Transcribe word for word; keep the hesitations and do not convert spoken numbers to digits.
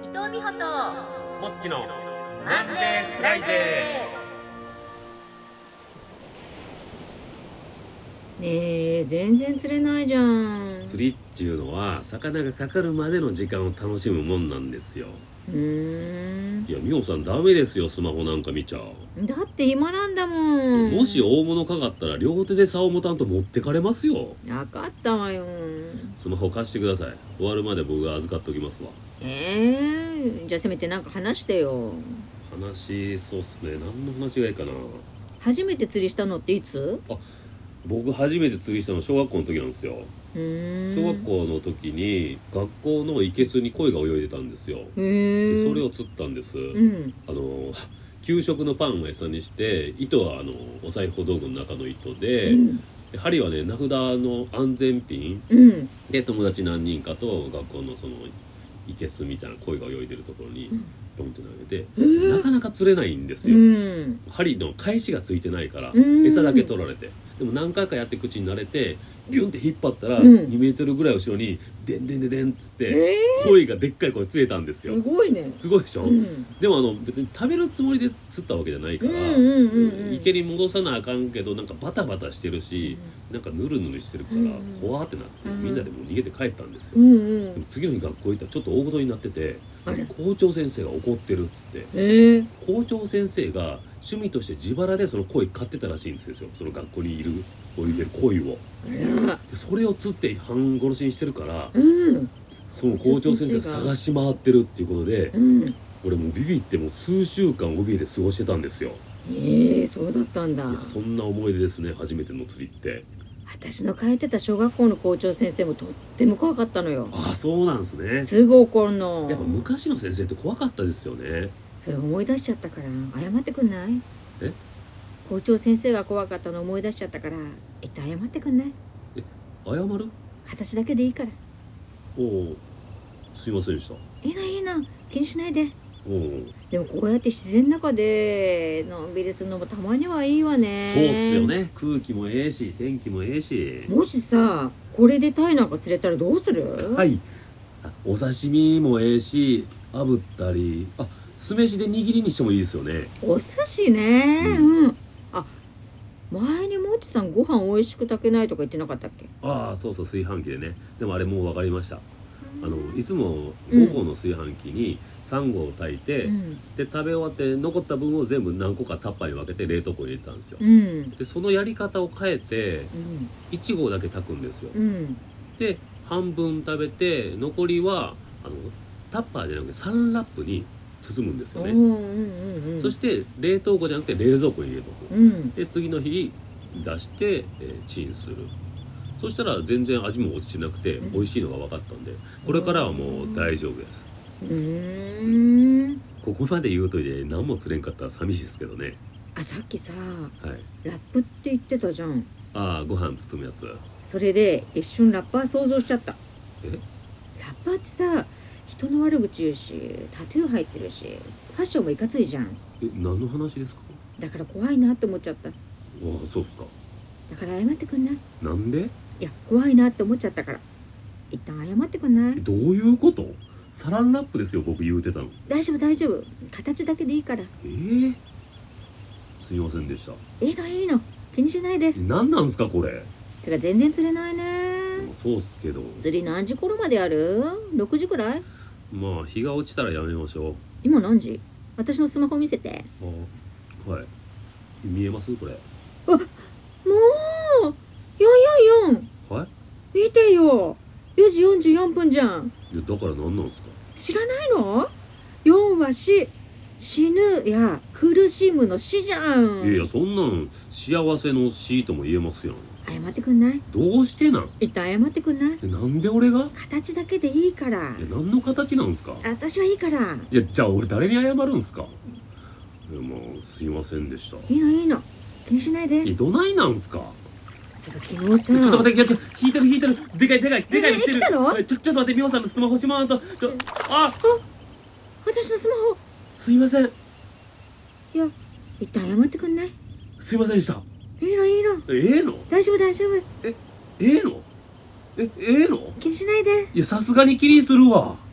藤美穂ともっちのマンデーフライデねえ全然釣れないじゃん。 釣りっていうのは魚がかかるまでの時間を楽しむもんなんですよ。 うーんいや美穂さんダメですよ、スマホなんか見ちゃう。 だって暇なんだもん。 もし大物かかったら両手で竿持たんと持ってかれますよ。 分かったわよ。 スマホ貸してください。終わるまで僕が預かっておきますわ。 えー、じゃあせめてなんか話してよ。 話、そうっすね。何の話がいいかな。 初めて釣りしたのっていつ？ あ、僕初めて釣りしたの小学校の時なんですよ。 うーん小学校の時に学校の生けすに鯉が泳いでたんですよ。 へえでそれを釣ったんです。 うんあの給食のパンを餌にして糸はあのお裁縫道具の中の糸で、 うんで針はね名札の安全ピンうんで友達何人かと学校のその生けすみたいな鯉が泳いでるところにドンって投げて、なかなか釣れないんですうよ。 ん針の返しがついてないからうん餌だけ取られて、でも何回かやって口に慣れてビュンって引っ張ったらうんにメートルぐらい後ろにデンデンデデンっつってえ鯉がでっかい鯉釣れたんですすよ。 ごいね。 すごいでしょ、 うんでもあの別に食べるつもりで釣ったわけじゃないから、 うんうんうんうん池に戻さなあかんけどなんかバタバタしてるし、なんかヌルヌルしてるからうん怖ってなって、 うんみんなでもう逃げて帰ったんですよ。 うんうんでも次の日学校行ったらちょっと大事になってて、 あれ校長先生が怒ってるっつって、 えー、 校長先生が趣味として自腹でその鯉飼ってたらしいんですよ。その学校にいる泳いでる鯉をあらでそれを釣って半殺しにしてるから、 うんその校長先生が探し回ってるっていうことで、 うん俺もうビビってもう数週間怯えて過ごしてたんですよ。 ええそうだったんだ。 いやそんな思い出ですね、初めての釣りって。 私の通ってた小学校の校長先生もとっても怖かったのよ。 ああそうなんですね。 すぐ怒るの。 やっぱ昔の先生って怖かったですよね。 それ思い出しちゃったから謝ってくんない？ え校長先生が怖かったの思い出しちゃったから一旦謝ってくんない？ 謝る？ 形だけでいいから。 おおすいませんでした。 いいのいいの気にしないで。 おおでもこうやって自然の中でのんびりするのもたまにはいいわね。 そうっすよね。空気もええし天気もええし。 もしさこれでタイなんか釣れたらどうする？ はいあお刺身もええし炙ったり、あ酢飯で握りにしてもいいですよね。 お寿司ね。 ううんん、あ前にもちさんご飯美味しく炊けないとか言ってなかったっけ？ ああそうそう炊飯器でね。でもあれもう分かりました。あのいつもご合の炊飯器にさん合を炊いて、 うんで食べ終わって残った分を全部何個かタッパーに分けて冷凍庫に入れてたんですよ。 うんでそのやり方を変えてうんいち合だけ炊くんですよ。 うんで半分食べて残りはあのタッパーじゃなくてサンラップに包むんですよね。 うんうんうんうんそして冷凍庫じゃなくて冷蔵庫に入れとく。 うんで次の日出して、えーチンする。そしたら全然味も落ちてなくて美味しいのが分かったんで、これからはもう大丈夫です。 うーんここまで言うといて何も釣れんかったら寂しいですけどね。 あさっきさはい。 ラップって言ってたじゃん。 ああご飯包むやつ。 それで一瞬ラッパー想像しちゃった。 えラッパーってさ人の悪口言うしタトゥー入ってるしファッションもいかついじゃん。 え何の話ですか？ だから怖いなって思っちゃった。 ああそうっすか。 だから謝ってくんない？ なんで？ いや怖いなって思っちゃったから一旦謝ってくんない？ どういうこと？サランラップですよ僕言うてたの。 大丈夫大丈夫形だけでいいから。 えー、すいませんでした。 いいのいいの気にしないで。 え何なんすかこれ？ てか全然釣れないね。 そうっすけど、 釣り何時頃までやる？ろくじくらい？ まあ日が落ちたらやめましょう。 今何時？私のスマホ見せて。 あはい見えますこれ？ もうよんよんよんはい見てよよじよんじゅうよんぷんじゃん。 いやだから何なんですか？ 知らないの？よんは死死ぬや苦しむの死じゃん。 いやいやそんなん幸せの死とも言えますやん。 謝ってくんない？ どうしてなん？ 一旦謝ってくんない？ えなんで俺が？ 形だけでいいから。 え何の形なんすか？ 私はいいから。 いやじゃあ俺誰に謝るんすか？いやまあすいませんでした。 いいのいいの気にしないで。 えどないなんすか？ そういえば昨日さちょっと待って、引いてる引いてる、でかいでかいでかいえ来てる。 来たのはいちょちょっと待って、美穂さんのスマホしまわんと。ちょあ、 私のスマホ。 すいません。 いや一旦謝ってくんない？ すいませんでした。 いいのいいのええの？ 大丈夫大丈夫ええの？えええの？ 気にしないで。 いやさすがに気にするわ。